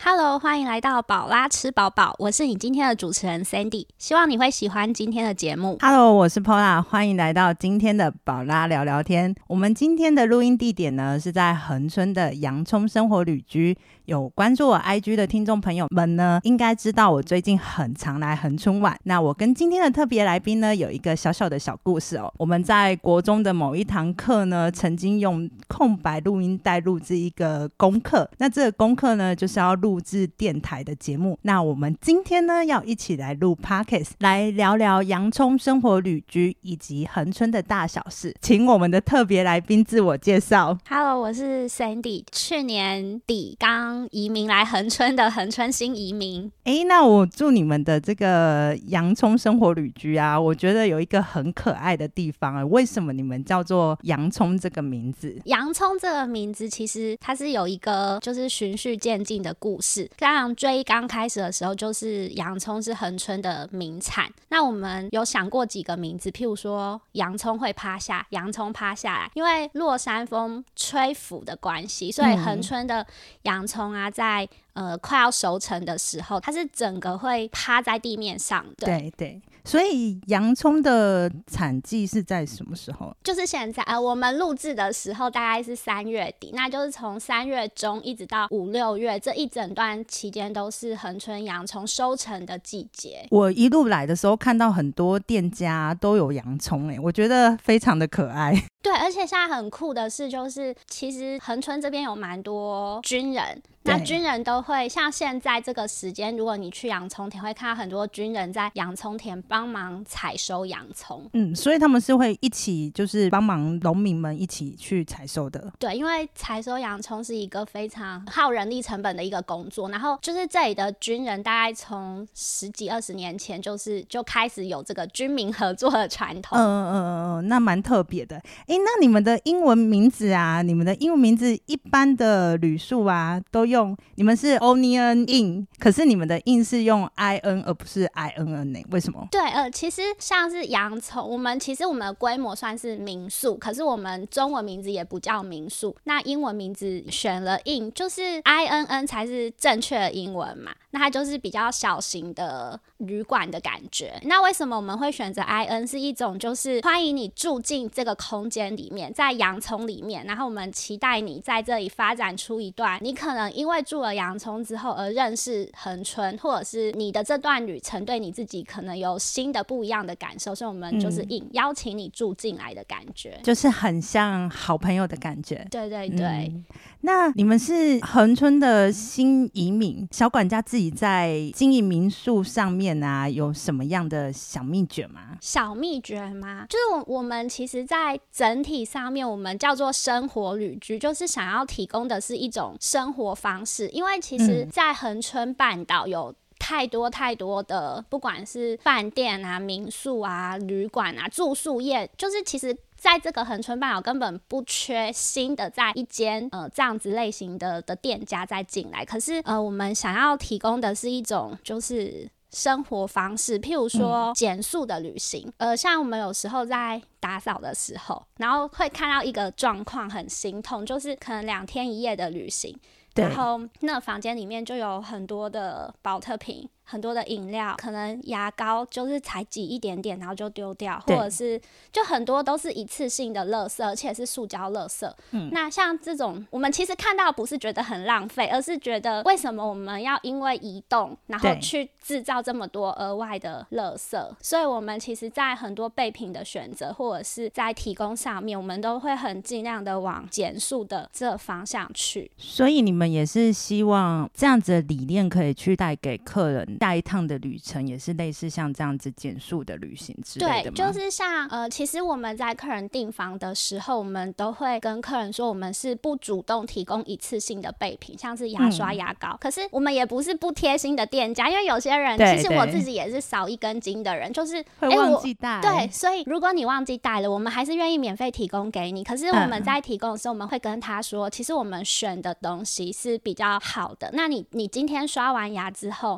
Hello， 欢迎来到宝拉吃饱饱，我是你今天的主持人 Sandy， 希望你会喜欢今天的节目。 Hello， 我是 Paula， 欢迎来到今天的宝拉聊聊天。我们今天的录音地点呢是在恒春的洋葱生活旅居。有关注我 IG 的听众朋友们呢，应该知道我最近很常来恒春玩。那我跟今天的特别来宾呢，有一个小小的小故事哦。我们在国中的某一堂课呢，曾经用空白录音带录制一个功课。那这个功课呢，就是要录制电台的节目。那我们今天呢，要一起来录 Podcast， 来聊聊洋葱生活旅居以及恒春的大小事。请我们的特别来宾自我介绍。 Hello， 我是 Sandy， 去年底刚移民来恒春的恒春新移民。 那我住你们的这个洋葱生活旅居啊，我觉得有一个很可爱的地方啊，为什么你们叫做洋葱这个名字？ 洋葱这个名字其实它是有一个就是循序渐进的故事。当然最刚开始的时候就是洋葱是恒春的名产，那我们有想过几个名字，譬如说洋葱会趴下，洋葱趴下来，因为落山风吹拂的关系，所以恒春的洋葱啊在快要熟成的时候，它是整个会趴在地面上的。 对对，所以洋葱的产季是在什么时候？ 就是现在我们录制的时候大概是3月底，那就是从3月中一直到5、6月这一整段期间都是恒春洋葱收成的季节。 我一路来的时候看到很多店家都有洋葱，我觉得非常的可爱。 对，而且现在很酷的是，就是其实恒春这边有蛮多军人，那军人都会像现在这个时间，如果你去洋葱田，会看到很多军人在洋葱田帮忙采收洋葱。 所以他们是会一起就是帮忙农民们一起去采收的。 对，因为采收洋葱是一个非常耗人力成本的一个工作，然后就是这里的军人大概从10几20年前就开始有这个军民合作的传统。 那蛮特别的。那你们的英文名字啊，你们的英文名字一般的旅宿啊都用，你们是 onion in， 可是你们的 in 是用 in 而不是 inn 为什么？ 对，其实像是洋葱，我们的规模算是民宿，可是我们中文名字也不叫民宿，那英文名字选了 in， 就是 inn 才是正确的英文嘛，那它就是比较小型的旅馆的感觉。那为什么我们会选择 in， 是一种就是欢迎你住进这个空间里面，在洋葱里面，然后我们期待你在这里发展出一段你可能因为住了洋葱之后而认识恒春，或者是你的这段旅程对你自己可能有新的不一样的感受，所以我们就是邀请你住进来的感觉， 就是很像好朋友的感觉。 对对对。 那你们是恒春的新移民，小管家自己在经营民宿上面啊，有什么样的小秘诀吗？ 小秘诀吗？就是我们其实在整体上面我们叫做生活旅居，就是想要提供的是一种生活方式。因为其实在恒春半岛有太多的不管是饭店啊、民宿啊、旅馆啊、住宿业，就是其实在这个恒春半岛根本不缺新的在一间这样子类型的店家再进来，可是我们想要提供的是一种就是生活方式，譬如说减速的旅行。像我们有时候在打扫的时候，然后会看到一个状况很心痛，就是可能2天1夜的旅行，然后那房间里面就有很多的保特瓶，很多的饮料，可能牙膏就是才挤一点点然后就丢掉，或者是就很多都是一次性的垃圾，而且是塑胶垃圾。那像这种我们其实看到不是觉得很浪费，而是觉得为什么我们要因为移动然后去制造这么多额外的垃圾，所以我们其实在很多备品的选择或者是在提供上面，我们都会很尽量的往减速的这个方向去。 所以你们也是希望这样子的理念可以去带给客人下一趟的旅程也是类似像这样子减速的旅行之类的吗？ 对，就是像其实我们在客人订房的时候，我们都会跟客人说我们是不主动提供一次性的备品，像是牙刷、牙膏，可是我们也不是不贴心的店家，因为有些人其实我自己也是少一根筋的人，就是会忘记带。 对，所以如果你忘记带了，我们还是愿意免费提供给你，可是我们在提供的时候，我们会跟他说其实我们选的东西是比较好的，那你今天刷完牙之后，你可以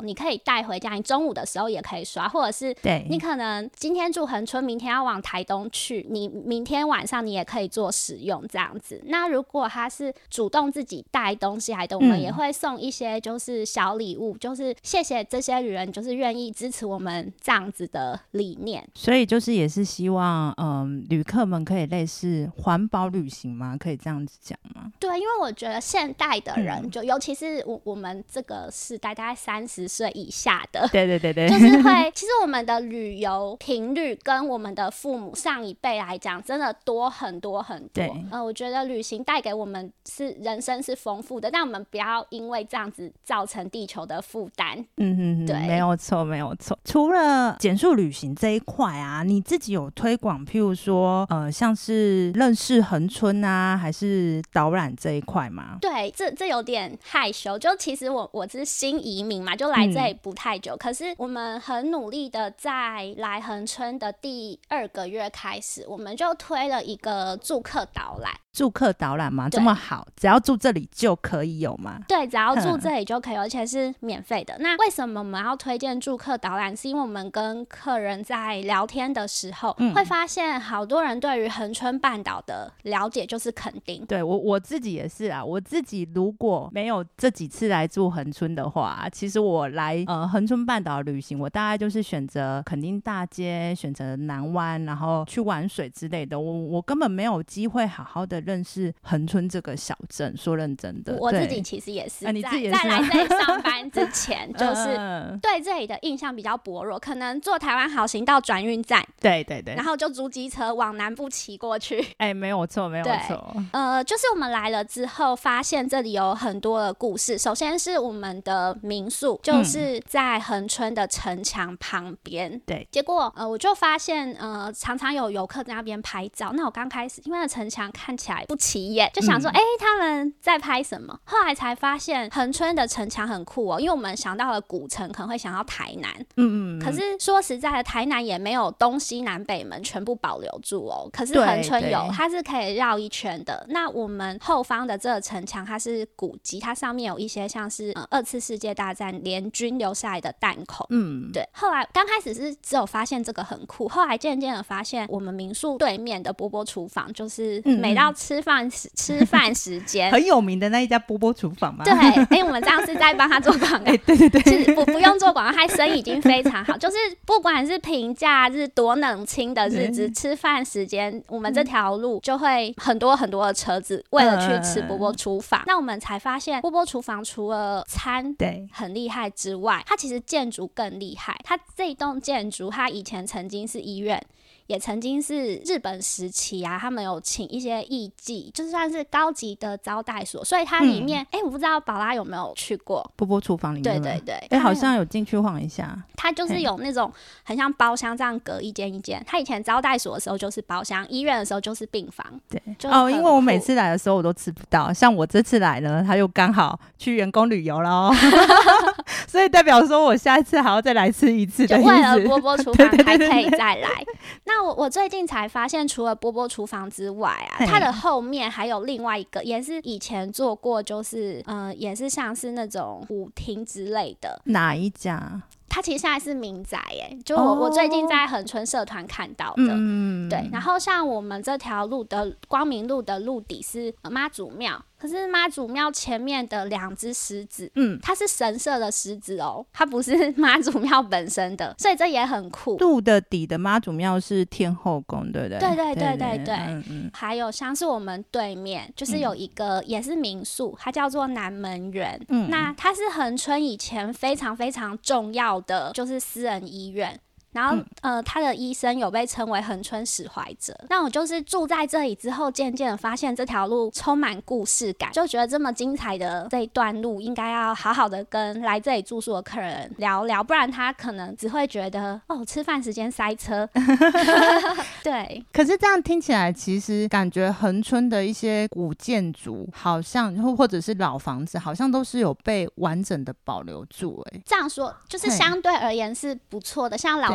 带回家，你中午的时候也可以刷，或者是你可能今天住恒春，明天要往台东去，你明天晚上你也可以做使用这样子。那如果他是主动自己带东西来的，我们也会送一些就是小礼物，就是谢谢这些人就是愿意支持我们这样子的理念。 所以就是也是希望旅客们可以类似环保旅行吗？可以这样子讲吗？ 对，因为我觉得现代的人就尤其是我们这个世代大概30岁以下的， 对， 就是会其实我们的旅游频率跟我们的父母上一辈来讲真的多很多很多。我觉得旅行带给我们是人生是丰富的，但我们不要因为这样子造成地球的负担。对， 没有错。除了减速旅行这一块啊，你自己有推广譬如说像是认识恒春啊还是导览这一块吗？ 对，这有点害羞，就其实我是新移民嘛，就来这里不太久，可是我们很努力的在来恒春的第2个月开始，我们就推了一个住客导览。 住客导览吗？这么好，只要住这里就可以有吗？ 对，只要住这里就可以，而且是免费的。那为什么我们要推荐住客导览？是因为我们跟客人在聊天的时候，会发现好多人对于恒春半岛的了解就是垦丁。 对，我自己也是啊，我自己如果没有这几次来住恒春的话，其实我来恒春半岛旅行，我大概就是选择垦丁大街，选择南湾，然后去玩水之类的。我根本没有机会好好的认识恒春这个小镇。说认真的， 我自己其实也是， 你自己也是在来这里上班之前，就是对这里的印象比较薄弱，可能坐台湾好行到转运站， 对， 然后就租机车往南部骑过去。 没有错。 就是我们来了之后，发现这里有很多的故事。首先是我们的民宿，就是在恒春的城墙旁边。对，结果我就发现常常有游客在那边拍照。那我刚开始因为那城墙看起来不起眼，就想说他们在拍什么？后来才发现恒春的城墙很酷哦，因为我们想到了古城，可能会想到台南。可是说实在的，台南也没有东西南北门全部保留住哦。可是恒春有，它是可以绕一圈的。那我们后方的这个城墙，它是古迹，它上面有一些像是2次世界大战联军留下来的弹孔。对。后来刚开始是只有发现这个很酷，后来渐渐的发现我们民宿对面的波波厨房，就是每到吃饭时间很有名的那一家波波厨房嘛。 对，我们这样是在帮他做广告。对，其实不用做广告，他生意已经非常好。就是不管是平假日多冷清的日子，吃饭时间，我们这条路就会很多很多的车子为了去吃波波厨房。那我们才发现波波厨房除了餐很厉害之外，它其实建筑更厉害。它这一栋建筑它以前曾经是医院，也曾经是日本时期啊，他们有请一些艺妓，就算是高级的招待所，所以它里面我不知道宝拉有没有去过波波厨房里面。 对， 好像有进去晃一下。 它就是有那种很像包厢这样隔一间一间。它以前招待所的时候就是包厢，医院的时候就是病房。对， 因为我每次来的时候我都吃不到，像我这次来呢，他又刚好去员工旅游了所以代表说我下一次还要再来吃一次的意思， 就为了波波厨房还可以再来。那我最近才发现，除了波波厨房之外啊，它的后面还有另外一个，也是以前做过，就是也是像是那种舞厅之类的。 哪一家？ 它其实现在是民宅就我最近在恒春社团看到的。对，然后像我们这条路的光明路的路底是妈祖庙，可是妈祖庙前面的2只狮子，它是神社的狮子哦，它不是妈祖庙本身的，所以这也很酷。 路的底的妈祖庙是天后宫，对不对？ 对。还有像是我们对面就是有一个也是民宿，它叫做南门园。那它是恒春以前非常非常重要的就是私人医院。然后他的医生有被称为恒春史怀哲。那我就是住在这里之后，渐渐的发现这条路充满故事感，就觉得这么精彩的这一段路应该要好好的跟来这里住宿的客人聊聊，不然他可能只会觉得吃饭时间塞车对。 可是这样听起来，其实感觉恒春的一些古建筑好像或者是老房子好像都是有被完整的保留住。 这样说就是相对而言是不错的，像老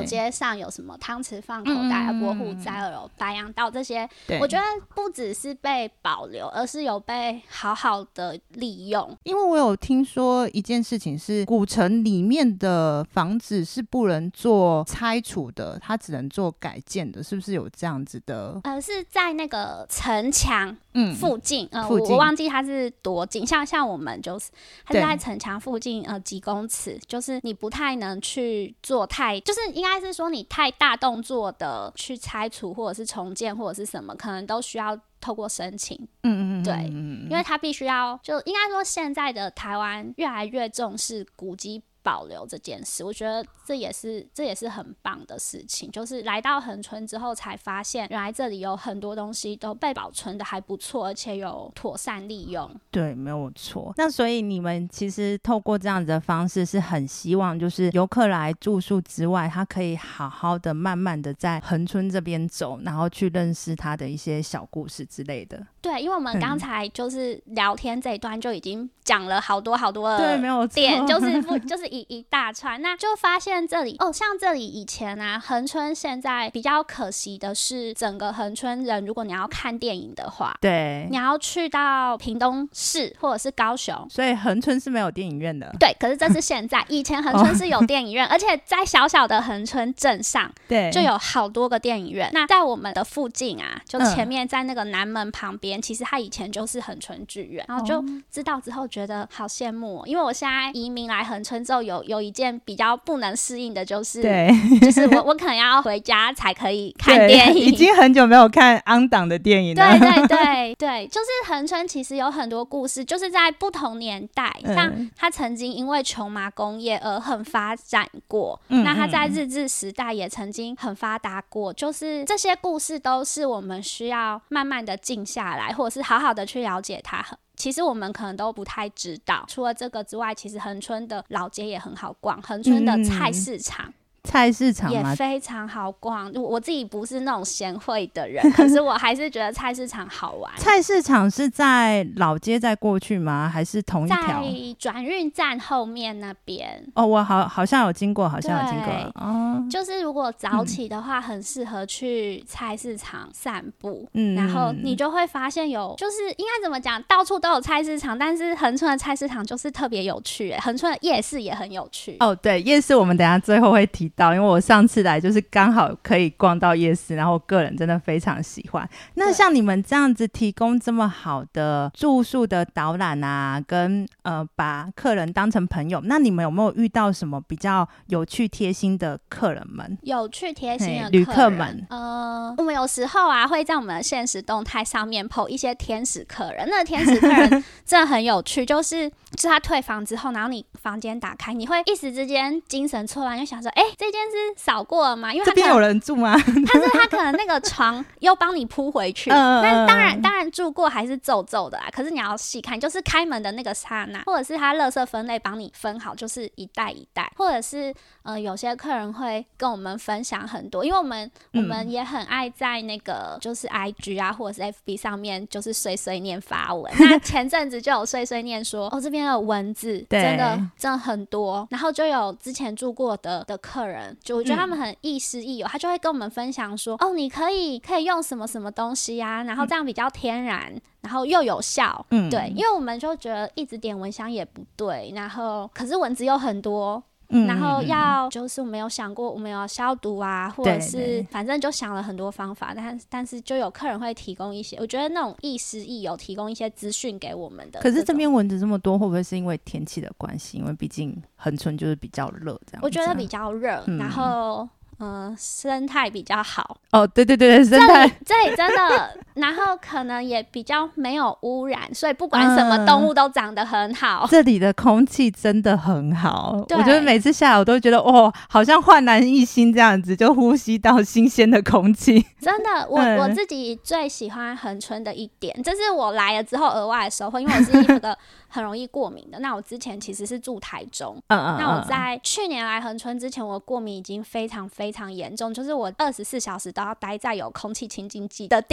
街上有什么汤匙放口袋、国虎斋二楼、白杨道这些，我觉得不只是被保留，而是有被好好的利用。 因为我有听说一件事情是，古城里面的房子是不能做拆除的，它只能做改建的，是不是有这样子的？ 是在那个城墙附近，我忘记它是多近，像我们就是它是在城墙附近几公尺，就是你不太能去做就是应该是说你太大动作的去拆除或者是重建或者是什么，可能都需要透过申请。对，因为它必须要，就应该说现在的台湾越来越重视古迹保留这件事，我觉得这也是很棒的事情。就是来到恒春之后才发现，原来这里有很多东西都被保存的还不错，而且有妥善利用。 对，没有错。那所以你们其实透过这样子的方式，是很希望就是游客来住宿之外，他可以好好的慢慢的在恒春这边走，然后去认识他的一些小故事之类的。 对，因为我们刚才就是聊天这一段就已经讲了好多的对，没有错点，就是一大串，那就发现这里像这里以前啊，恒春现在比较可惜的是，整个恒春人，如果你要看电影的话， 对， 你要去到屏东市或者是高雄， 所以恒春是没有电影院的。 对，可是这是现在，以前恒春是有电影院，而且在小小的恒春镇上，对，就有好多个电影院。那在我们的附近啊，就前面在那个南门旁边，其实它以前就是恒春剧院，然后就知道之后觉得好羡慕因为我现在移民来恒春之后有一件比较不能适应的就是我可能要回家才可以看电影， 已经很久没有看昂档的电影了。 对，就是恒春其实有很多故事，就是在不同年代，像他曾经因为琼麻工业而很发展过，那他在日治时代也曾经很发达过，就是这些故事都是我们需要慢慢的静下来，或者是好好的去了解它。其实我们可能都不太知道，除了这个之外，其实恒春的老街也很好逛，恒春的菜市场也非常好逛。我自己不是那种贤惠的人，可是我还是觉得菜市场好玩。 菜市场是在老街再过去吗？还是同一条？ 在转运站后面那边。 我好像有经过， 就是如果早起的话，很适合去菜市场散步。然后你就会发现就是应该怎么讲，到处都有菜市场，但是恒春的菜市场就是特别有趣。恒春的夜市也很有趣。 对，夜市我们等一下最后会提到，因为我上次来就是刚好可以逛到夜市，然后我个人真的非常喜欢。那像你们这样子提供这么好的住宿的导览啊，跟把客人当成朋友，那你们有没有遇到什么比较有趣贴心的客人们？ 有趣贴心的旅客们， 我们有时候啊会在我们的限时动态上面 po 一些天使客人，那个天使客人真的很有趣，就是他退房之后，然后你房间打开，你会一时之间精神错乱，就想说这间是扫过了吗？因为这边有人住吗？ 他可能那个床又帮你铺回去但当然住过还是皱皱的啦，可是你要细看，就是开门的那个刹那，或者是他垃圾分类帮你分好，就是一袋一袋，或者是有些客人会跟我们分享很多，因为我们也很爱在那个就是 IG 啊或者是 FB 上面就是碎碎念发文那前阵子就有碎碎念说这边的文字真的很多，然后就有之前住过的客人，就我觉得他们很亦师亦友，他就会跟我们分享说你可以用什么什么东西啊，然后这样比较天然然后又有效对，因为我们就觉得一直点蚊香也不对，然后可是蚊子又很多然后就是我们有想过我们要消毒啊，或者是反正就想了很多方法，但是就有客人会提供一些，我觉得那种亦师亦友提供一些资讯给我们的。 可是这边蚊子这么多，会不会是因为天气的关系？因为毕竟恒春就是比较热这样。 我觉得比较热然后生态比较好对，生态这里真的然后可能也比较没有污染，所以不管什么动物都长得很好这里的空气真的很好，我觉得每次下来我都觉得好像焕然一新这样子，就呼吸到新鲜的空气真的我自己最喜欢恒春的一点，这是我来了之后额外的收获，因为我是一个很容易过敏的那我之前其实是住台中那我在去年来恒春之前，我过敏已经非常非常严重，就是我24小时都要待在有空气清净剂的地方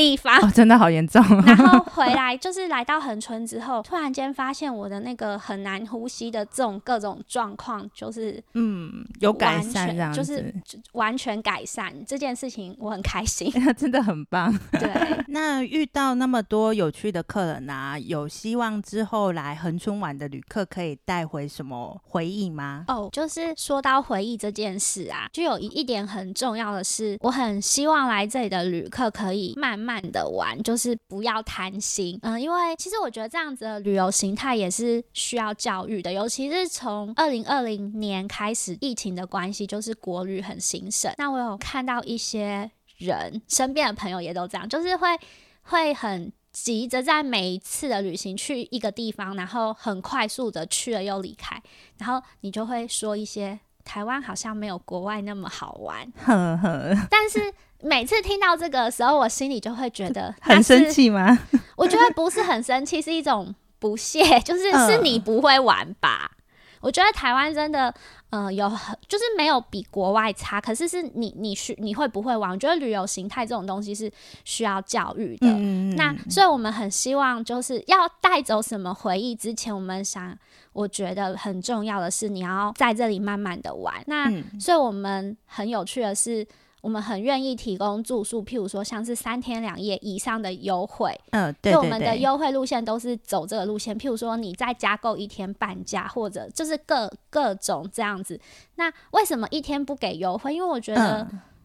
真的好严重然后回来就是来到恒春之后，突然间发现我的那个很难呼吸的这种各种状况就是有改善这样子， 就是完全改善这件事情，我很开心真的很棒对那遇到那么多有趣的客人啊，有希望之后来恒春玩的旅客可以带回什么回忆吗？ 就是说到回忆这件事啊，就有一点很重要的是，我很希望来这里的旅客可以慢慢的玩，就是不要贪心。因为其实我觉得这样子的旅游形态也是需要教育的，尤其是从2020年开始，疫情的关系，就是国旅很兴盛。那我有看到一些人，身边的朋友也都这样，就是会很急着在每一次的旅行去一个地方，然后很快速的去了又离开，然后你就会说一些台湾好像没有国外那么好玩但是每次听到这个的时候，我心里就会觉得很生气吗？ 我觉得不是很生气，是一种不屑，就是你不会玩吧我觉得台湾真的就是没有比国外差，可是你会不会玩，我觉得旅游形态这种东西是需要教育的那所以我们很希望就是要带走什么回忆之前，我觉得很重要的是你要在这里慢慢的玩那所以我们很有趣的是我们很愿意提供住宿，譬如说像是3天2夜以上的优惠对， 我们的优惠路线都是走这个路线，譬如说你再加购1天半价，或者就是各种这样子。那为什么1天不给优惠？因为我觉得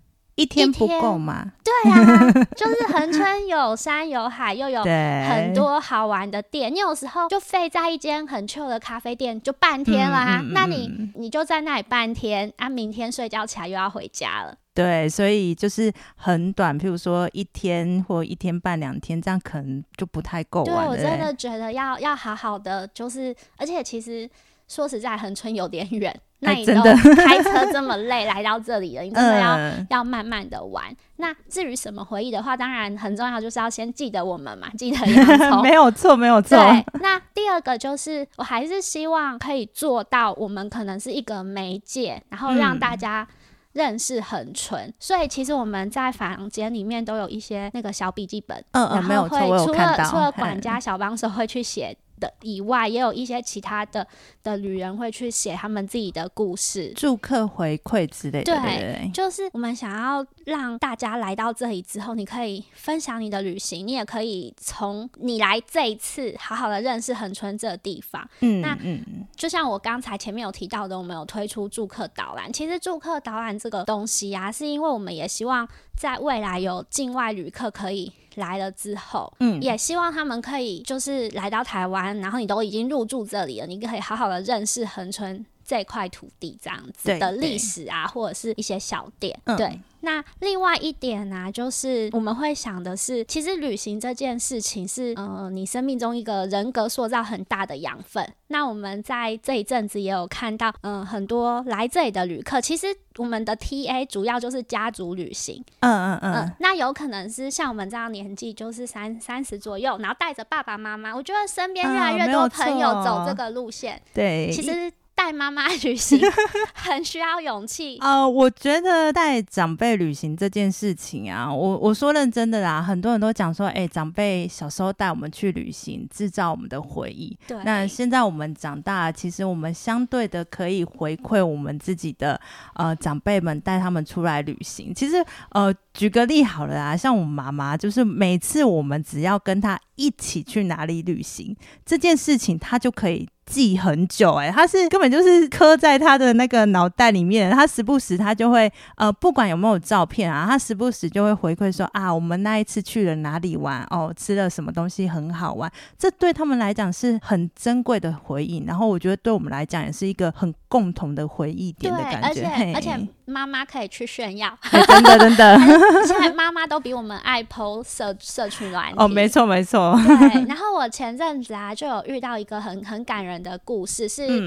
1天不够嘛。 对啊就是恒春有山有海，又有很多好玩的店，你有时候就废在一间很 chill 的咖啡店就半天啦那你就在那里半天明天睡觉起来又要回家了。 对，所以就是很短，譬如说1天或1天半2天，这样可能就不太够玩。 对，我真的觉得要好好的，就是而且其实说实在恒春有点远那你都开车这么累来到这里了你真的要慢慢的玩那至于什么回忆的话，当然很重要，就是要先记得我们嘛，记得洋葱没有错对，那第二个就是我还是希望可以做到我们可能是一个媒介，然后让大家认识恒春所以其实我们在房间里面都有一些那个小笔记本然后会除了管家小帮手会去写的以外，也有一些其他的旅人会去写他们自己的故事， 住客回馈之类的。 对，就是我们想要让大家来到这里之后，你可以分享你的旅行，你也可以从你来这一次好好的认识恒春这个地方。那就像我刚才前面有提到的，我们有推出住客导览。其实住客导览这个东西啊，是因为我们也希望在未来有境外旅客可以来了之后也希望他们可以就是来到台湾，然后你都已经入住这里了，你可以好好的认识恒春这块土地这样子的历史啊，或者是一些小店对。那另外一点呢就是我们会想的是，其实旅行这件事情是你生命中一个人格塑造很大的养分。那我们在这一阵子也有看到很多来这里的旅客，其实我们的 TA 主要就是家族旅行那有可能是像我们这样年纪就是30左右，然后带着爸爸妈妈，我觉得身边越来越多朋友走这个路线对， 其实带妈妈旅行很需要勇气我觉得带长辈旅行这件事情啊，我说认真的啦，很多人都讲说长辈小时候带我们去旅行制造我们的回忆， 对， 那现在我们长大，其实我们相对的可以回馈我们自己的长辈们，带他们出来旅行。其实举个例好了啦，像我妈妈，就是每次我们只要跟她一起去哪里旅行这件事情，她就可以记很久他是根本就是刻在他的那个脑袋里面，他时不时他就会不管有没有照片啊，他时不时就会回馈说我们那一次去了哪里玩吃了什么东西很好玩，这对他们来讲是很珍贵的回忆，然后我觉得对我们来讲也是一个很共同的回忆点的感觉。 而且妈妈可以去炫耀真的现在妈妈都比我们爱 po 社群软体没错对，然后我前阵子就有遇到一个很感人的故事，是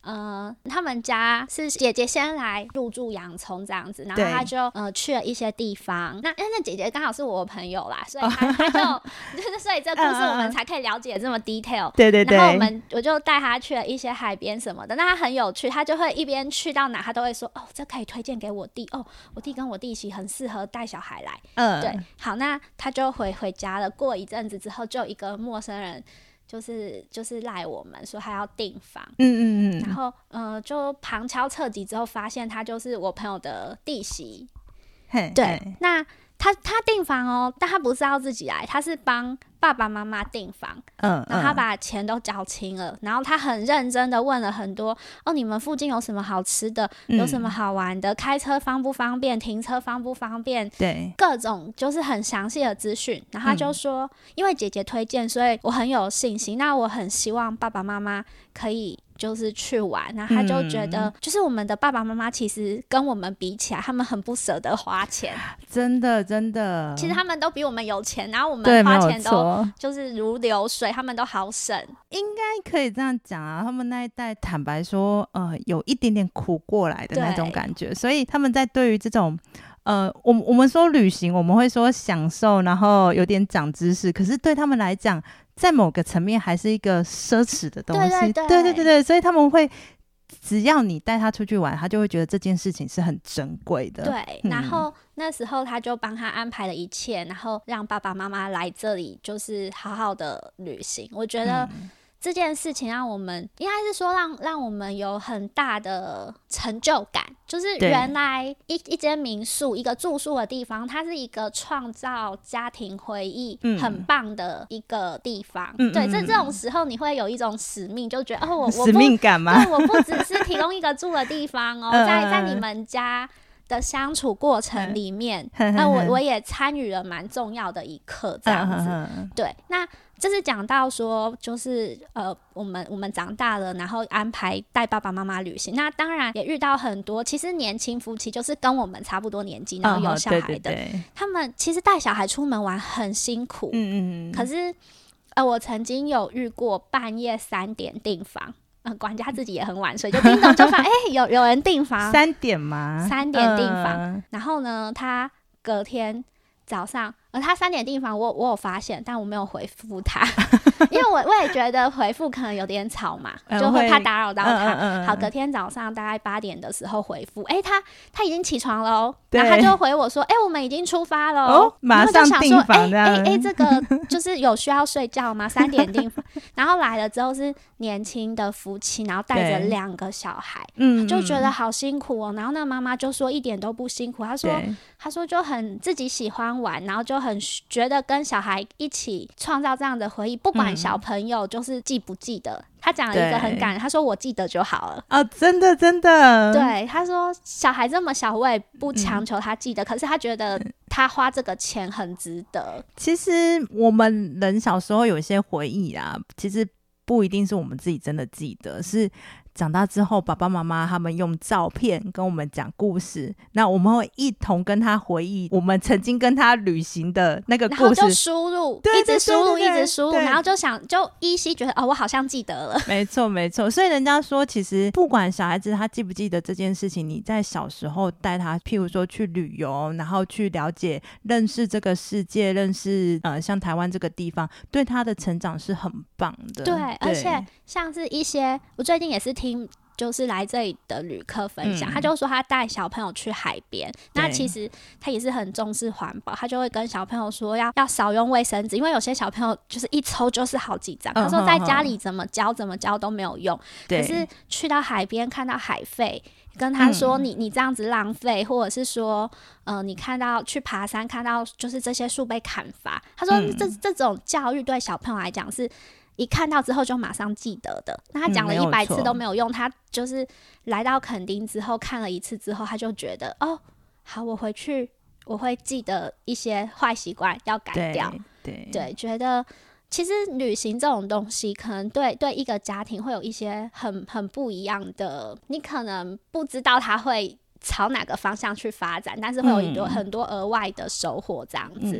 他们家是姐姐先来入住洋葱这样子，然后他就去了一些地方。那姐姐刚好是我朋友啦，所以他就所以这故事我们才可以了解这么 detail。 对对对。 然后我就带他去了一些海边什么的，那他很有趣，他就会一边去到哪，他都会说这可以推荐给我弟我弟跟我弟媳很适合带小孩来。对，好，那他就回家了。过一阵子之后，就有一个陌生人。就是赖我们说他要订房，然后就旁敲侧击之后发现他就是我朋友的弟媳，对，那他订房但他不是要自己来，他是帮爸爸妈妈订房，然后他把钱都交清了，然后他很认真的问了很多你们附近有什么好吃的，有什么好玩的，开车方不方便，停车方不方便，对，各种就是很详细的资讯。然后他就说因为姐姐推荐，所以我很有信心，那我很希望爸爸妈妈可以就是去玩。然后他就觉得就是我们的爸爸妈妈其实跟我们比起来，他们很不舍得花钱，真的其实他们都比我们有钱，然后我们花钱都就是如流水，他们都好省， 应该可以这样讲啊。他们那一代坦白说有一点点苦过来的那种感觉，所以他们在对于这种我们说旅行，我们会说享受，然后有点长知识，可是对他们来讲在某个层面还是一个奢侈的东西。对，所以他们会只要你带他出去玩，他就会觉得这件事情是很珍贵的。对， 然后那时候他就帮他安排了一切，然后让爸爸妈妈来这里就是好好的旅行。我觉得这件事情让我们应该是说让我们有很大的成就感，就是原来一间民宿，一个住宿的地方，它是一个创造家庭回忆很棒的一个地方。对，这种时候你会有一种使命，就觉得我使命感吗？ 对，我不只是提供一个住的地方在你们家的相处过程里面，我也参与了蛮重要的一刻这样子。对，那这是讲到说就是我们长大了，然后安排带爸爸妈妈旅行，那当然也遇到很多其实年轻夫妻，就是跟我们差不多年纪然后有小孩的，他们其实带小孩出门玩很辛苦。可是我曾经有遇过半夜3点订房，管家自己也很晚睡，就叮咚就发有人订房 3点吗 ？3点订房，然后呢他隔天早上他3点订房，我有发现，但我没有回复他因为我也觉得回复可能有点吵嘛，就会怕打扰到他。好，隔天早上大概8点的时候回复，他已经起床了然后他就回我说我们已经出发了马上订房这个就是有需要睡觉吗？3点订房然后来了之后是年轻的夫妻，然后带着2个小孩，就觉得好辛苦然后那妈妈就说一点都不辛苦，她说就很自己喜欢玩，然后就很觉得跟小孩一起创造这样的回忆，不管小朋友就是记不记得。他讲了一个很感人，他说我记得就好了真的对，他说小孩这么小我也不强求他记得，可是他觉得他花这个钱很值得。 其实我们人小时候有一些回忆啊，其实不一定是我们自己真的记得，是长大之后爸爸妈妈他们用照片跟我们讲故事，那我们会一同跟他回忆我们曾经跟他旅行的那个故事，然后就输入一直输入一直输入，然后就依稀觉得我好像记得了。 没错，所以人家说其实不管小孩子他记不记得这件事情，你在小时候带他譬如说去旅游，然后去了解认识这个世界，认识像台湾这个地方，对他的成长是很棒的。 对，而且像是一些我最近也是听就是来这里的旅客分享，他就说他带小朋友去海边，那其实他也是很重视环保，他就会跟小朋友说要少用卫生纸，因为有些小朋友就是一抽就是好几张，他说在家里怎么教都没有用，可是去到海边看到海废，跟他说你这样子浪费，或者是说你看到去爬山看到就是这些树被砍伐，他说这种教育对小朋友来讲是一看到之后就马上记得的。那他讲了100次都没有用，他就是来到垦丁之后看了1次之后，他就觉得好，我回去我会记得一些坏习惯要改掉。对，觉得其实旅行这种东西可能对一个家庭会有一些很不一样的，你可能不知道他会朝哪个方向去发展，但是会有很多额外的收获这样子。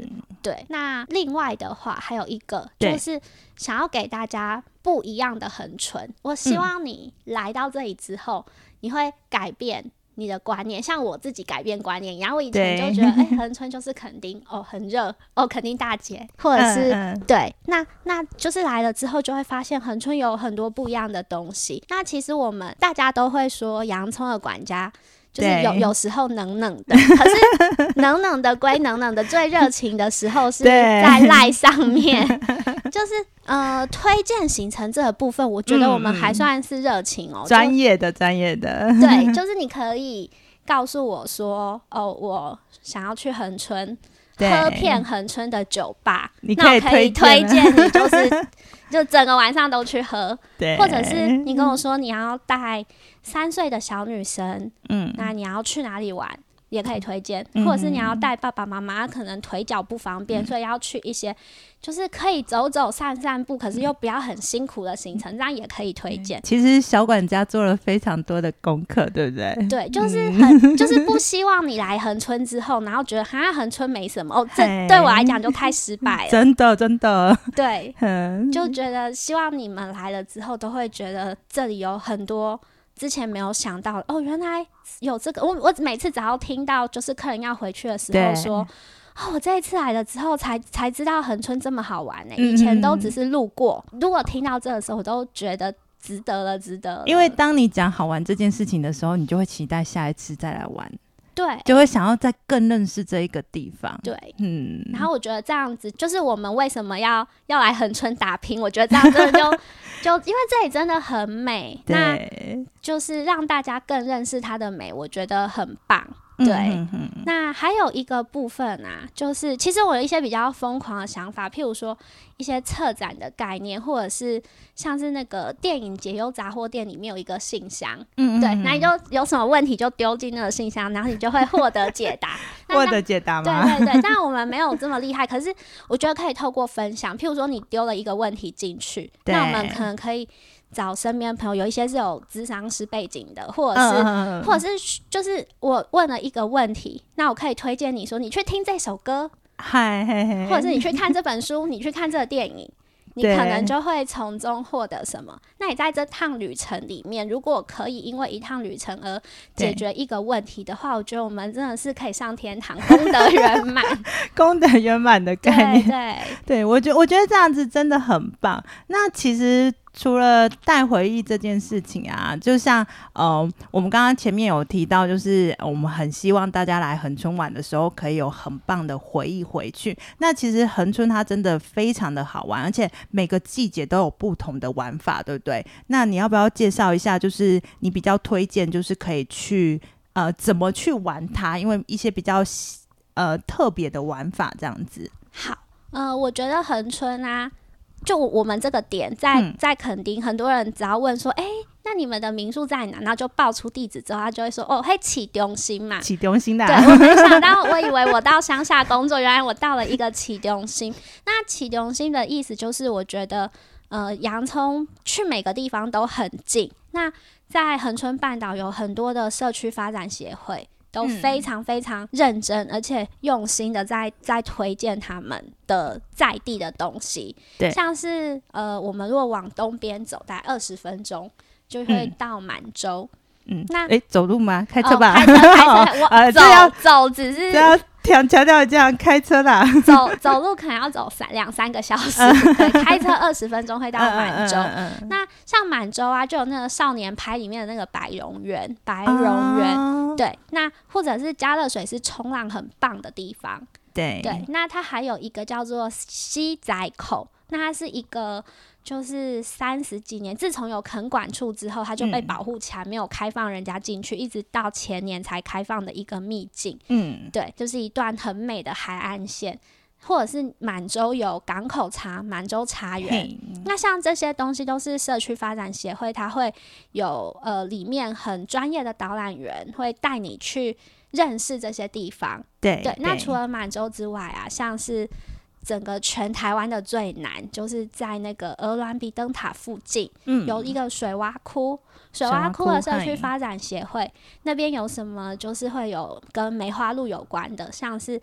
对，那另外的话还有一个就是想要给大家不一样的恒春，我希望你来到这里之后，你会改变你的观念，像我自己改变观念一样。我以前就觉得恒春就是垦丁很热垦丁大街，或者是对，那就是来了之后就会发现恒春有很多不一样的东西。那其实我们大家都会说洋葱的管家就是有时候冷冷的，可是冷冷的归冷冷的，最热情的时候是在赖上面就是推荐行程这个部分，我觉得我们还算是热情专业的对，就是你可以告诉我说我想要去恒春喝遍恒春的酒吧，那我可以推荐你就整个晚上都去喝，或者是你跟我说你要带3岁的小女生，那你要去哪里玩也可以推荐，或者是你要带爸爸妈妈，可能腿脚不方便，所以要去一些就是可以走走散散步，可是又不要很辛苦的行程，这样也可以推荐。 其实小管家做了非常多的功课，对不对？ 对，就是就是不希望你来恒春之后，然后觉得恒春没什么这对我来讲就太失败了。真的对，就觉得希望你们来了之后都会觉得这里有很多之前没有想到原来有这个。我每次只要听到就是客人要回去的时候说我这一次来了之后才知道恒春这么好玩以前都只是路过。如果听到这个时候我都觉得值得了。 因为当你讲好玩这件事情的时候，你就会期待下一次再来玩， 对， 就会想要再更认识这一个地方。 对，然后我觉得这样子就是我们为什么要来恒春打拼，我觉得这样真的就因为这里真的很美，那就是让大家更认识它的美，我觉得很棒。对，那还有一个部分就是其实我有一些比较疯狂的想法，譬如说一些策展的概念，或者是像是那个电影解忧杂货店里面有一个信箱，对，那你就有什么问题就丢进那个信箱，然后你就会获得解答。 获得解答吗？ 对，但我们没有这么厉害，可是我觉得可以透过分享，譬如说你丢了一个问题进去，那我们可能可以找身边的朋友，有一些是有諮商师背景的，或者是就是我问了一个问题，那我可以推荐你说你去听这首歌，或者是你去看这本书，你去看这个电影，你可能就会从中获得什么。那你在这趟旅程里面，如果可以因为一趟旅程而解决一个问题的话，我觉得我们真的是可以上天堂，功德圆满功德圆满的概念。 对，我觉得这样子真的很棒。那其实除了带回忆这件事情就像我们刚刚前面有提到，就是我们很希望大家来恒春玩的时候可以有很棒的回忆回去。那其实恒春它真的非常的好玩，而且每个季节都有不同的玩法，对不对？那你要不要介绍一下，就是你比较推荐就是可以去怎么去玩它，因为一些比较特别的玩法这样子。 好，我觉得恒春就我们这个点在垦丁，很多人只要问说那你们的民宿在哪，然后就报出地址之后，他就会说市中心嘛， 市中心的对，我没想到我以为我到乡下工作，原来我到了一个市中心。那市中心的意思就是我觉得洋葱去每个地方都很近。那在恒春半岛有很多的社区发展协会都非常非常认真而且用心的在推荐他们的在地的东西。对，像是我们如果往东边走大概20分钟就会到满洲。那走路吗？开车吧。 开车走只是强调这样开车啦。 走路可能要走2-3个小时，对，开车20分钟会到满洲。那像满洲就有那个少年派里面的那个白蓉园，对，那或者是嘉乐水是冲浪很棒的地方。对，那它还有一个叫做西仔口，那它是一个就是30几年，自从有垦管处之后，它就被保护起来，没有开放人家进去，一直到前年才开放的一个秘境。对，就是一段很美的海岸线。或者是满洲有港口茶、满洲茶园，那像这些东西都是社区发展协会，它会有里面很专业的导览员会带你去认识这些地方。对，那除了满洲之外像是整个全台湾的最南，就是在那个鹅銮鼻灯塔附近，有一个水蛙窟的社区发展协会，那边有什么就是会有跟梅花鹿有关的，像是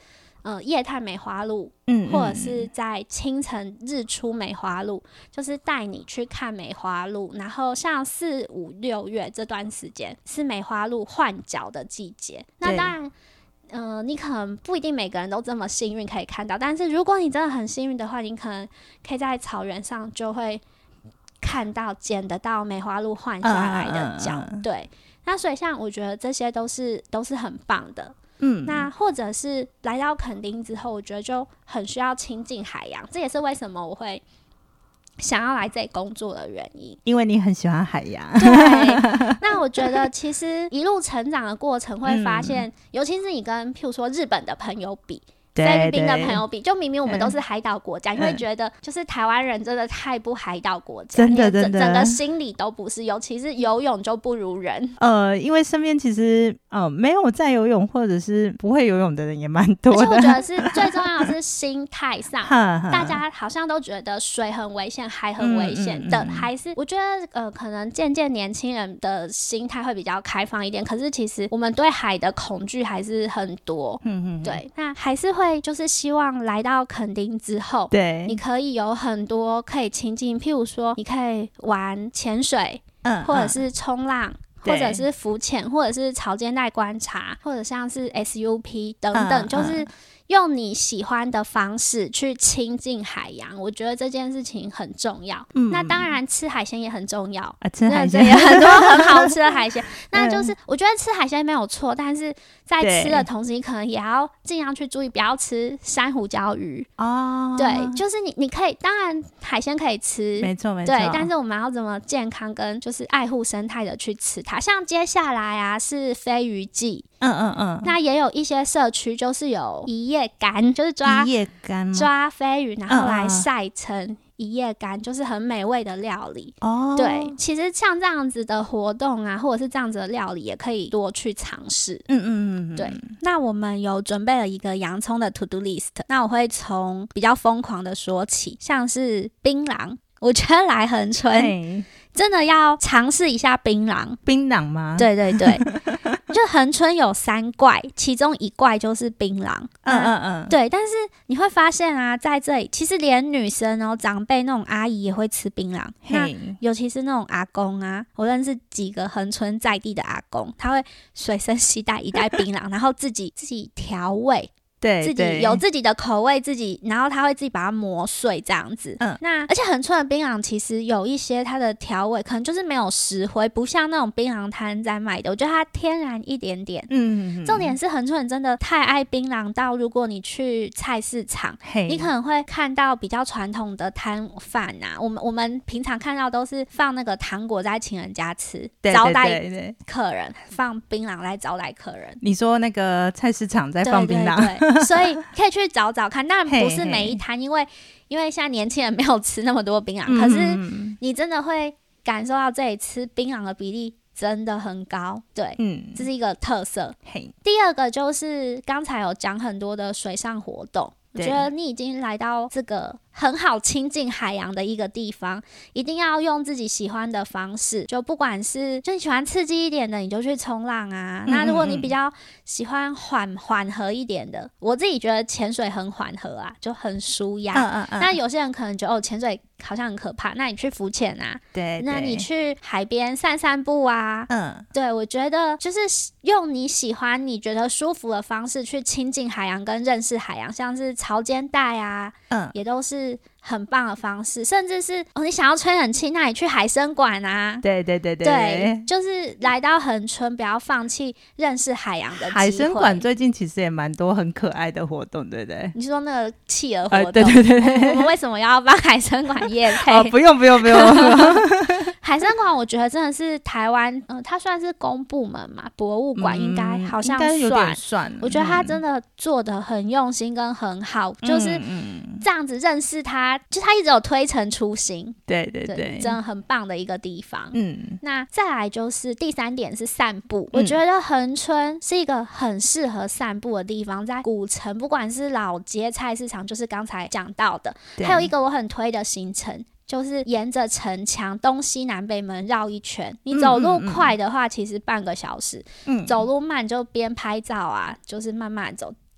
液态梅花鹿，或者是在清晨日出梅花鹿，就是带你去看梅花鹿。然后像4、5、6月这段时间是梅花鹿换角的季节，那当然你可能不一定每个人都这么幸运可以看到，但是如果你真的很幸运的话，你可能可以在草原上就会捡得到梅花鹿换下来的角。对，那所以像我觉得这些都是很棒的。那或者是来到垦丁之后，我觉得就很需要亲近海洋，这也是为什么我会想要来这里工作的原因， 因为你很喜欢海洋。 对，那我觉得其实一路成长的过程会发现，尤其是你跟譬如说日本的朋友比，菲律宾的朋友比，就明明我们都是海岛国家，你会觉得就是台湾人真的太不海岛国家， 真的整个心理都不是，尤其是游泳就不如人。 因为身边其实没有在游泳或者是不会游泳的人也蛮多的， 而且我觉得是最重要的是心态上，大家好像都觉得水很危险，海很危险的，还是我觉得可能渐渐年轻人的心态会比较开放一点，可是其实我们对海的恐惧还是很多。对，那还是会就是希望来到垦丁之后，对，你可以有很多可以亲近，譬如说你可以玩潜水，或者是冲浪，或者是浮潜，或者是潮间带观察，或者像是 SUP 等等，就是用你喜欢的方式去亲近海洋，我觉得这件事情很重要。那当然吃海鲜也很重要， 吃海鲜也很多很好吃的海鲜。那就是我觉得吃海鲜没有错，但是在吃的同时，你可能也要尽量去注意，不要吃珊瑚礁鱼。对，就是你可以，当然海鲜可以吃， 没错没错。 对，但是我们要怎么健康跟就是爱护生态的去吃它。像接下来啊是飞鱼季。那也有一些社区就是有一夜干，就是抓飞鱼，然后来晒成一夜干，就是很美味的料理。对，其实像这样子的活动啊，或者是这样子的料理，也可以多去尝试。对。那我们有准备了一个洋葱的 to do list， 那我会从比较疯狂的说起，像是槟榔，我觉得来恒春真的要尝试一下槟榔吗？对对对。就恒春有3怪，其中1怪就是槟榔。对，但是你会发现啊，在这里其实连女生长辈那种阿姨也会吃槟榔。那尤其是那种阿公啊，我认识几个恒春在地的阿公，他会随身携带1袋槟榔，然后自己调味。对，自己有自己的口味，然后他会自己把它磨碎这样子。那而且恒春的槟榔其实有一些它的调味可能就是没有石灰，不像那种槟榔摊在卖的，我觉得它天然一点点。重点是恒春人真的太爱槟榔到，如果你去菜市场，你可能会看到比较传统的摊贩啊，我们平常看到都是放那个糖果在请人家吃，招待客人，放槟榔来招待客人。 你说那个菜市场在放槟榔？ 对所以可以去找找看，当然不是每一摊，因为现在年轻人没有吃那么多槟榔，可是你真的会感受到这里吃槟榔的比例真的很高。对，这是一个特色。第二个就是刚才有讲很多的水上活动，我觉得你已经来到这个很好亲近海洋的一个地方，一定要用自己喜欢的方式，就不管是就你喜欢刺激一点的，你就去冲浪啊。那如果你比较喜欢缓和一点的，我自己觉得潜水很缓和啊，就很舒压。那有些人可能觉得潜水好像很可怕，那你去浮潜啊，对，那你去海边散步啊。对，我觉得就是用你喜欢你觉得舒服的方式去亲近海洋跟认识海洋，像是潮间带啊，也都是很棒的方式。甚至是你想要吹冷气，那你去海参馆啊。对，就是来到恒春，不要放弃认识海洋的机会。 海参馆最近其实也蛮多很可爱的活动，对不对？ 你说那个企鹅活动？ 对我们为什么要帮海参馆业配？ 不用海参馆我觉得真的是台湾它算是公部门嘛，博物馆应该好像算。我觉得它真的做得很用心跟很好，就是这样子认识它，就它一直有推陈出新。对，真的很棒的一个地方。那再来就是第3点是散步。我觉得恒春是一个很适合散步的地方，在古城不管是老街菜市场，就是刚才讲到的，还有一个我很推的行程，就是沿着城墙东西南北门绕一圈。你走路快的话其实半个小时，走路慢就边拍照啊，就是慢慢走。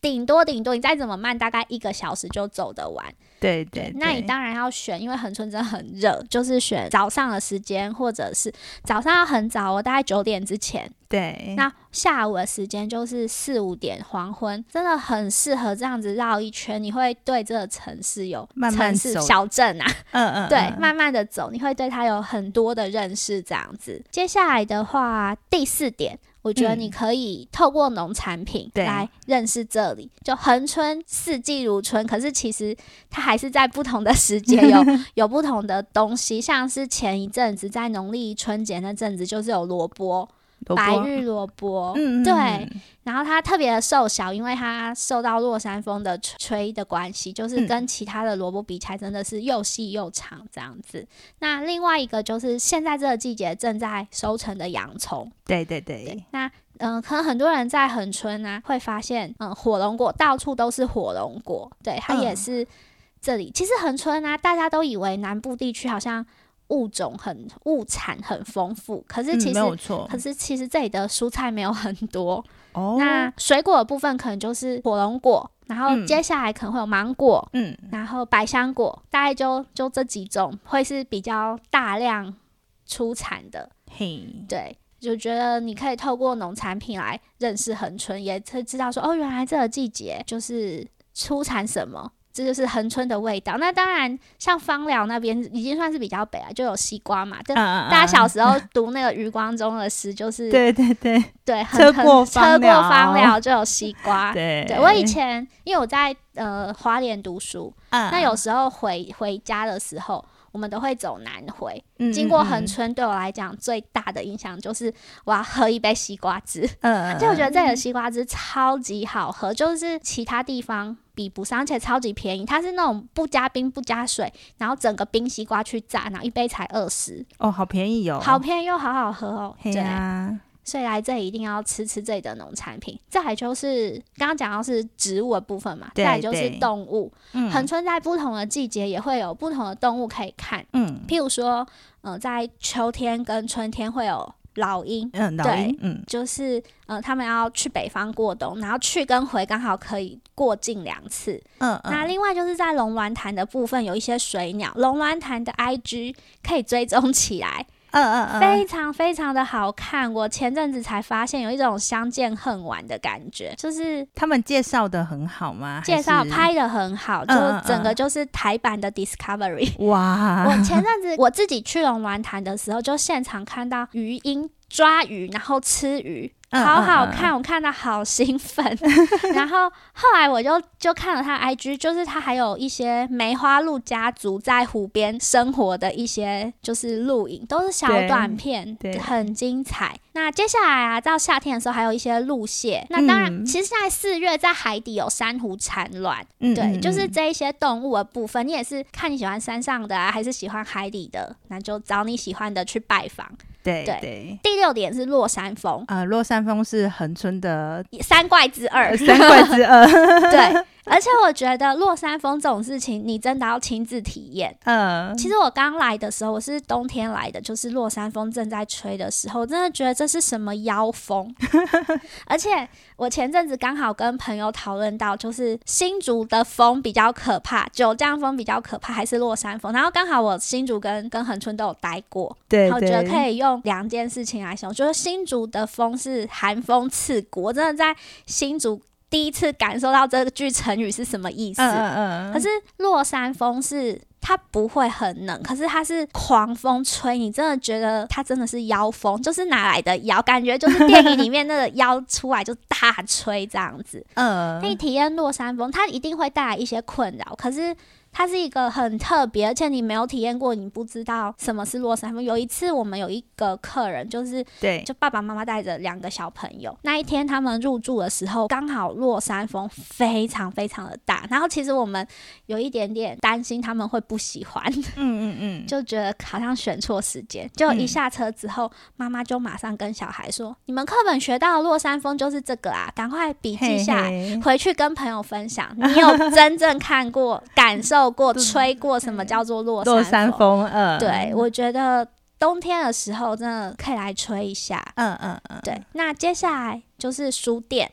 顶多你再怎么慢，大概1个小时就走得完。 对对， 那你当然要选，因为恒春真的很热，就是选早上的时间，或者是早上要很早大概9点之前。 对， 那下午的时间就是4、5点黄昏，真的很适合这样子绕一圈，你会对这个城市有慢慢走城市小镇啊，对，慢慢的走，你会对它有很多的认识这样子。接下来的话，第4点。我觉得你可以透过农产品来认识这里，就恒春四季如春，可是其实它还是在不同的时节有不同的东西，像是前一阵子在农历春节那阵子就是有萝卜，白玉萝卜，对，然后它特别的瘦小，因为它受到落山风的吹的关系，就是跟其他的萝卜比起来真的是又细又长这样子。那另外一个就是现在这个季节正在收成的洋葱，对，那可能很多人在恒春会发现火龙果到处都是火龙果，对，它也是这里。其实恒春大家都以为南部地区好像物产很丰富，可是其实、 没有错， 可是其实这里的蔬菜没有很多。那水果的部分可能就是火龙果，然后接下来可能会有芒果，然后百香果，大概就这几种会是比较大量出产的。对，就觉得你可以透过农产品来认识恒春，也会知道说原来这个季节就是出产什么，这就是恒春的味道。那当然像芳寮那边已经算是比较北了，就有西瓜嘛，大家小时候读那个余光中的诗，就是对，车过芳寮就有西瓜。对，我以前因为我在花莲读书，那有时候回家的时候我们都会走南回，经过恒春对我来讲最大的影响就是我要喝一杯西瓜汁，就我觉得这里的西瓜汁超级好喝，就是其他地方比不上，而且超级便宜，它是那种不加冰不加水，然后整个冰西瓜去榨，然后一杯才20，好便宜哦，好便宜又好好喝哦。对啊，所以来这里一定要吃这里的农产品。再来就是刚刚讲到是植物的部分嘛，再来就是动物。恒春在不同的季节也会有不同的动物可以看。譬如说，在秋天跟春天会有老鹰，对，就是他们要去北方过冬，然后去跟回刚好可以过境2次。那另外就是在龙銮潭的部分有一些水鸟，龙銮潭的 IG 可以追踪起来。非常非常的好看，我前阵子才发现有一种相见恨晚的感觉，就是他们介绍的很好吗？ 介绍拍的很好，就整个就是台版的 Discovery。 哇！ 我前阵子我自己去龙銮潭的时候，就现场看到鱼鹰抓鱼，然后吃鱼。好好看，我看到好兴奋。然后后来我就看了他 IG， 就是他还有一些梅花鹿家族在湖边生活的一些就是录影，都是小短片，很精彩。那接下来到夏天的时候还有一些鹿蟹。那当然其实现在4月在海底有珊瑚产卵，对，就是这一些动物的部分，你也是看你喜欢山上的还是喜欢海底的，那就找你喜欢的去拜访。对，第6点是落山风。 落山风是恒春的 3怪之二。对，而且我觉得落山风这种事情你真的要亲自体验。其实我刚来的时候我是冬天来的，就是落山风正在吹的时候，我真的觉得这是什么妖风。而且我前阵子刚好跟朋友讨论到，就是新竹的风比较可怕，九降风比较可怕还是落山风，然后刚好我新竹跟恒春都有待过，对，我觉得可以用2件事情来形容，就是新竹的风是寒风刺骨，我真的在新竹第一次感受到这句成语是什么意思。可是落山风是它不会很冷，可是它是狂风吹，你真的觉得它真的是妖风，就是哪来的妖，感觉就是电影里面那个妖出来就大吹这样子。你体验落山风它一定会带来一些困扰，可是它是一个很特别，而且你没有体验过，你不知道什么是落山风。有一次我们有一个客人，就爸爸妈妈带着2个小朋友，那一天他们入住的时候刚好落山风非常非常的大，然后其实我们有一点点担心他们会不喜欢，就觉得好像选错时间。就一下车之后，妈妈就马上跟小孩说，你们课本学到的落山风就是这个啊，赶快笔记下来，回去跟朋友分享。你有真正看过感受过吹过什么叫做落山风。对，我觉得冬天的时候真的可以来吹一下。对，那接下来就是书店。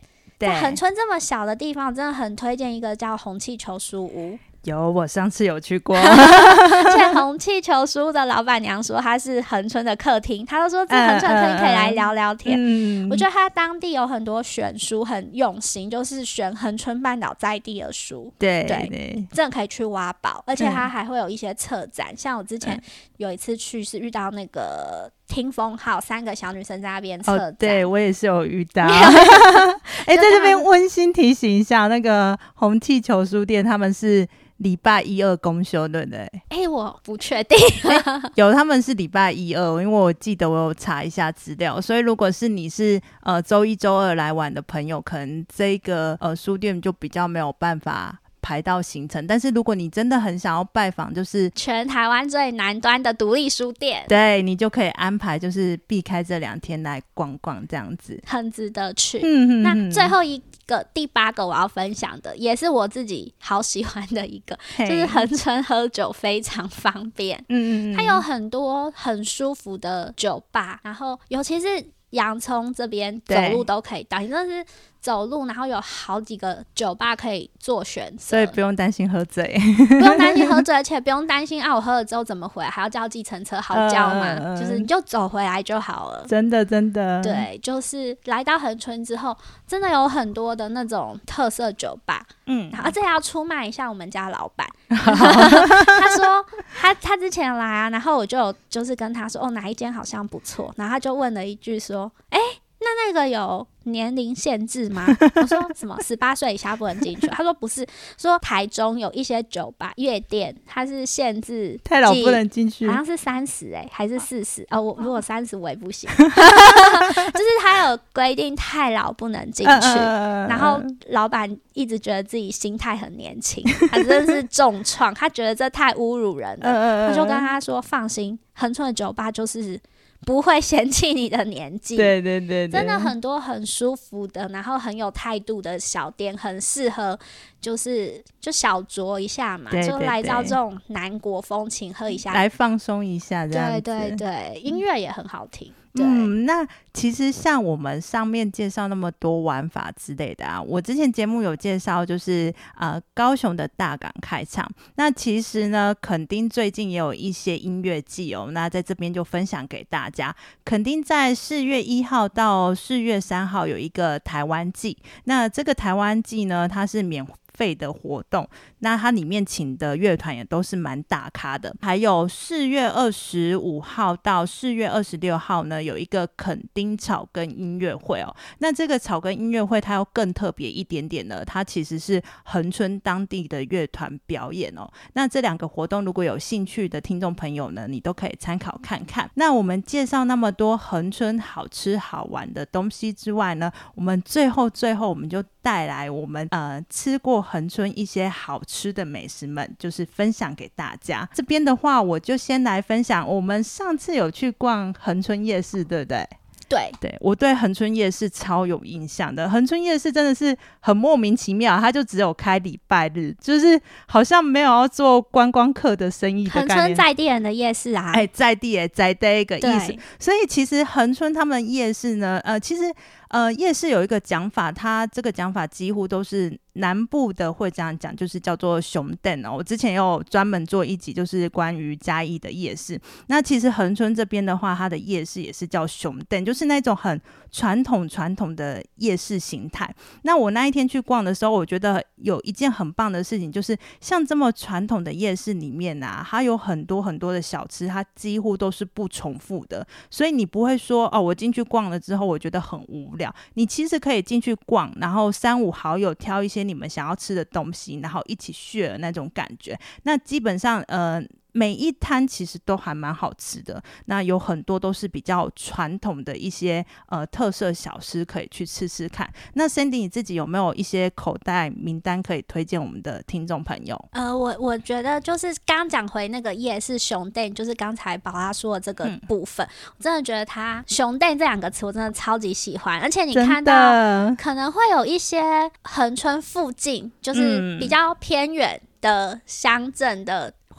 在恒春这么小的地方，我真的很推荐一个叫红气球书屋。 有，我上次有去过。 而且红气球书屋的老板娘说她是恒春的客厅，她都说这恒春的客厅可以来聊聊天。我觉得她当地有很多选书很用心，就是选恒春半岛在地的书。对，真的可以去挖宝。而且她还会有一些策展，像我之前有一次去是遇到那个听风号3个小女生在那边策展。 对，我也是有遇到。在这边温馨提醒一下，那个红气球书店他们是礼拜1、2公休，对不对？ 我不确定。 有，他们是礼拜1、2，因为我记得我有查一下资料，所以如果是你是周1、周2来玩的朋友，可能这个书店就比较没有办法排到行程。但是如果你真的很想要拜访，就是全台湾最南端的独立书店， 对，你就可以安排就是避开这2天来逛逛，这样子很值得去。那最后一个第8个我要分享的，也是我自己好喜欢的一个，就是恒春喝酒非常方便。它有很多很舒服的酒吧，然后尤其是洋葱这边走路都可以到，你真的是走路，然后有好几个酒吧可以做选择， 所以不用担心喝醉。 不用担心喝醉，而且不用担心我喝了之后怎么回来，还要叫计程车，好叫嘛，就是你就走回来就好了。真的对，就是来到恒春之后，真的有很多的那种特色酒吧。而且要出卖一下我们家老板。他说他之前来啊，然后我就是跟他说哪一间好像不错，然后他就问了一句说那个有年龄限制吗？我说什么18岁以下不能进去？他说不是，说台中有一些酒吧夜店，它是限制太老不能进去， 好像是30还是40我如果30我也不行。就是他有规定太老不能进去，然后老板一直觉得自己心态很年轻，他真的是重创，他觉得这太侮辱人了。他就跟他说放心，恒春的酒吧就是不会嫌弃你的年纪。对，真的很多很舒服的，然后很有态度的小店，很适合就小酌一下嘛，就来到这种南国风情喝一下，来放松一下这样子。 对，音乐也很好听。 那其实像我们上面介绍那么多玩法之类的啊，我之前节目有介绍就是高雄的大港开唱，那其实呢垦丁最近也有一些音乐季那在这边就分享给大家。垦丁在4月1号到4月3号有一个台湾季，那这个台湾季呢它是免费的活动，那它里面请的乐团也都是蛮大咖的。还有4月25号到4月26号呢有一个垦丁草根音乐会那这个草根音乐会它要更特别一点点的，它其实是恒春当地的乐团表演那这2个活动如果有兴趣的听众朋友呢，你都可以参考看看。那我们介绍那么多恒春好吃好玩的东西之外呢，我们最后我们就带来我们吃过恒春一些好吃的美食们，就是分享给大家。这边的话我就先来分享，我们上次有去逛恒春夜市对不对？对，我对恒春夜市超有印象的。恒春夜市真的是很莫名其妙，它就只有开礼拜日，就是好像没有要做观光客的生意的概念。 恒春在地人的夜市啊， 在地在地一个意思。所以其实恒春他们夜市呢，其实夜市有一个讲法，它这个讲法几乎都是南部的会这样讲，就是叫做熊店我之前有专门做一集就是关于嘉义的夜市。那其实恒春这边的话，它的夜市也是叫熊店，就是那种很传统的夜市形态。那我那一天去逛的时候，我觉得有一件很棒的事情，就是像这么传统的夜市里面啊，它有很多的小吃，它几乎都是不重复的，所以你不会说我进去逛了之后我觉得很无聊，你其实可以进去逛，然后3、5好友挑一些你们想要吃的东西，然后一起 share 那种感觉。那基本上每一摊其实都还蛮好吃的，那有很多都是比较传统的一些特色小吃可以去吃吃看。那 Sandy 你自己有没有一些口袋名单可以推荐我们的听众朋友？ 我觉得就是刚讲回那个夜市熊店，就是刚才宝拉说的这个部分，我真的觉得它熊店这2个词我真的超级喜欢。而且你看到可能会有一些恒春附近就是比较偏远的乡镇的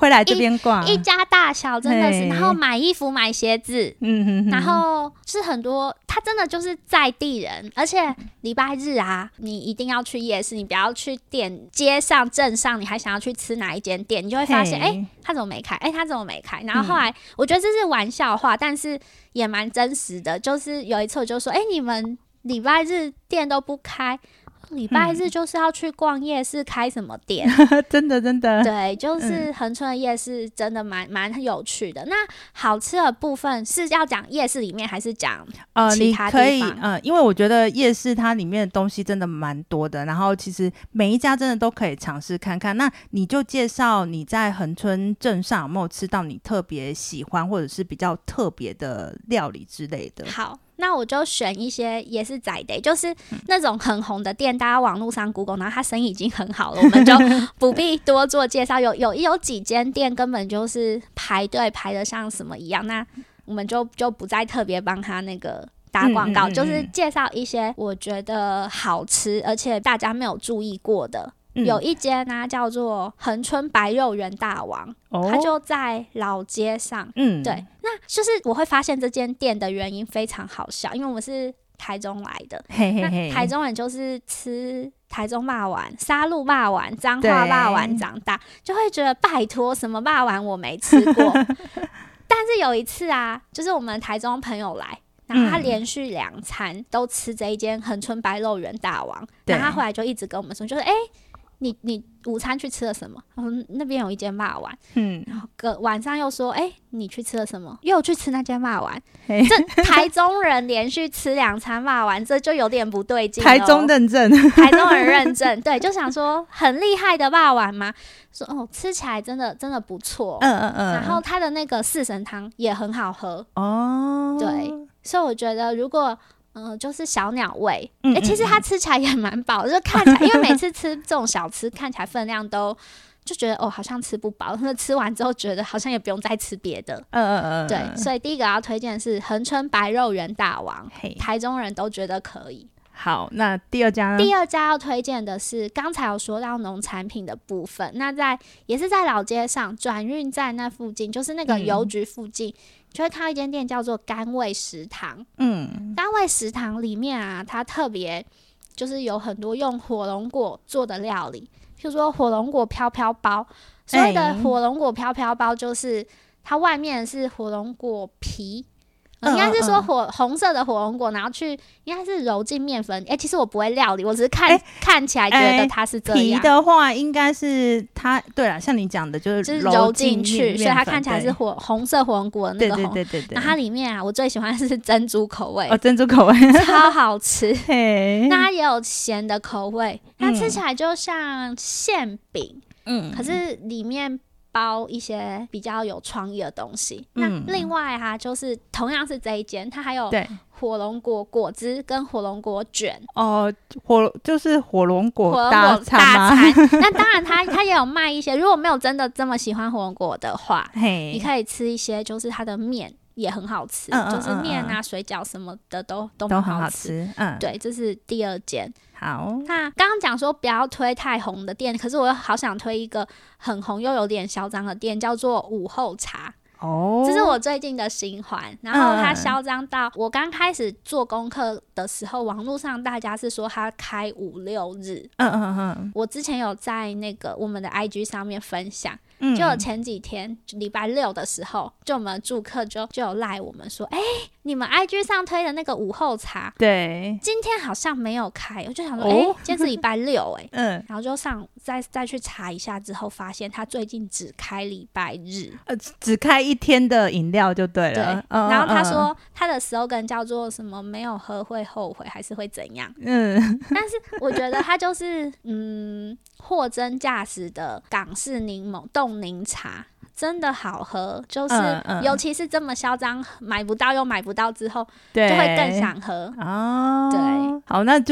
会来这边逛， 一家大小真的是，然后买衣服买鞋子，然后是很多，他真的就是在地人，而且礼拜日啊，你一定要去夜市，你不要去店街上镇上，你还想要去吃哪一间店，你就会发现他怎么没开，他怎么没开，然后后来我觉得这是玩笑话，但是也蛮真实的，就是有一次我就说你们礼拜日店都不开，礼拜日就是要去逛夜市，开什么店？ 真的对，就是恒春的夜市真的蛮有趣的。那好吃的部分是要讲夜市里面还是讲其他地方？ 你可以因为我觉得夜市它里面的东西真的蛮多的，然后其实每一家真的都可以尝试看看。那你就介绍你在恒春镇上有没有吃到你特别喜欢或者是比较特别的料理之类的。 好，那我就选一些也是在地，就是那种很红的店，大家网络上 Google， 然后他生意已经很好了，我们就不必多做介绍。有几间店根本就是排队排得像什么一样，那我们就不再特别帮他那个打广告，就是介绍一些我觉得好吃而且大家没有注意过的。有一间呢叫做恒春白肉圆大王，它就在老街上。对，那就是我会发现这间店的原因非常好笑，因为我们是台中来的，那台中人就是吃台中肉丸、沙鹿肉丸、彰化肉丸长大，就会觉得拜托什么肉丸我没吃过。但是有一次啊，就是我们台中朋友来，然后他连续2餐都吃这一间恒春白肉圆大王，然后他后来就一直跟我们说，就是你午餐去吃了什么？那边有一间肉丸，然后晚上又说，你去吃了什么？又去吃那间肉丸。这台中人连续吃2餐肉丸，这就有点不对劲。 台中认证， 台中人认证，对，就想说很厉害的肉丸吗？说吃起来真的不错。然后它的那个四神汤也很好喝。对，所以我觉得如果就是小鸟胃，其实它吃起来也蛮饱，就看起来，因为每次吃这种小吃，看起来分量都就觉得好像吃不饱，那吃完之后觉得好像也不用再吃别的。对，所以第一个要推荐的是恒春白肉圆大王，台中人都觉得可以。 好，那第二家呢？ 第二家要推荐的是刚才有说到农产品的部分，那也是在老街上转运站那附近，就是那个邮局附近，就会看到一间店叫做甘味食堂。甘味食堂里面啊，它特别就是有很多用火龙果做的料理，譬如说火龙果飘飘包。所谓的火龙果飘飘包，就是它外面是火龙果皮。应该是说红色的火龙果，然后应该是揉进面粉。其实我不会料理，我只是看起来觉得它是这样。 皮的话，应该是它对啦，像你讲的，就是揉进去，所以它看起来是红色火龙果的那个红。 对。 那它里面啊，我最喜欢的是珍珠口味。 珍珠口味超好吃。那它也有咸的口味，它吃起来就像馅饼，可是里面包一些比较有创意的东西。那另外就是同样是这一间，它还有火龙果果汁跟火龙果卷。 就是火龙果大餐吗？ 那当然它也有卖一些，如果没有真的这么喜欢火龙果的话，你可以吃一些，就是它的面也很好吃，就是面啊水饺什么的都很好吃。对，这是第二间。 好， 那刚刚讲说不要推太红的店，可是我又好想推一个很红又有点嚣张的店，叫做午后茶。这是我最近的新欢，然后它嚣张到我刚开始做功课的时候，网络上大家是说它开5、6日。我之前有在那个我们的 IG 上面分享，就有前几天礼拜6的时候，就我们的住客就有赖我们说，你们 IG 上推的那个午后茶， 对， 今天好像没有开。我就想说，今天是礼拜6，然后就再去查一下之后，发现他最近只开礼拜日， 只开1天的饮料就对了。 对，然后他说他的 slogan 叫做什么？没有喝会后悔，还是会怎样？但是我觉得他就是货真价实的港式柠檬冻柠茶。真的好喝，就是尤其是这么嚣张，买不到又买不到之后，就会更想喝。 对，好，那就是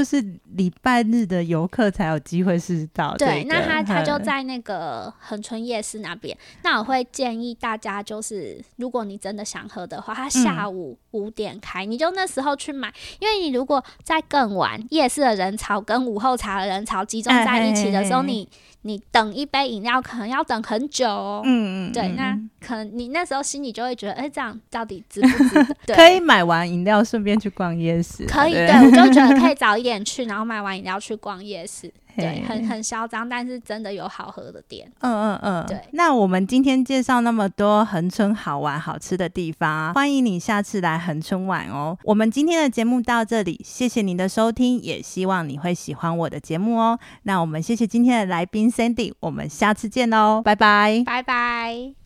礼拜日的游客才有机会吃到。 对，那他就在那个恒春夜市那边。那我会建议大家，就是如果你真的想喝的话，他下午5点开，你就那时候去买。因为你如果在更晚，夜市的人潮跟午后茶的人潮集中在一起的时候，你等一杯饮料可能要等很久哦。对，那可能你那时候心里就会觉得，这样到底值不值得？ 可以买完饮料顺便去逛夜市。 可以，对，我就觉得可以早一点去，然后买完饮料去逛夜市。对，很嚣张，但是真的有好喝的店。对。 那我们今天介绍那么多恒春好玩好吃的地方，欢迎你下次来恒春玩哦。我们今天的节目到这里，谢谢您的收听，也希望你会喜欢我的节目哦。那我们谢谢今天的来宾 Sandy， 我们下次见喽，拜拜， 拜拜。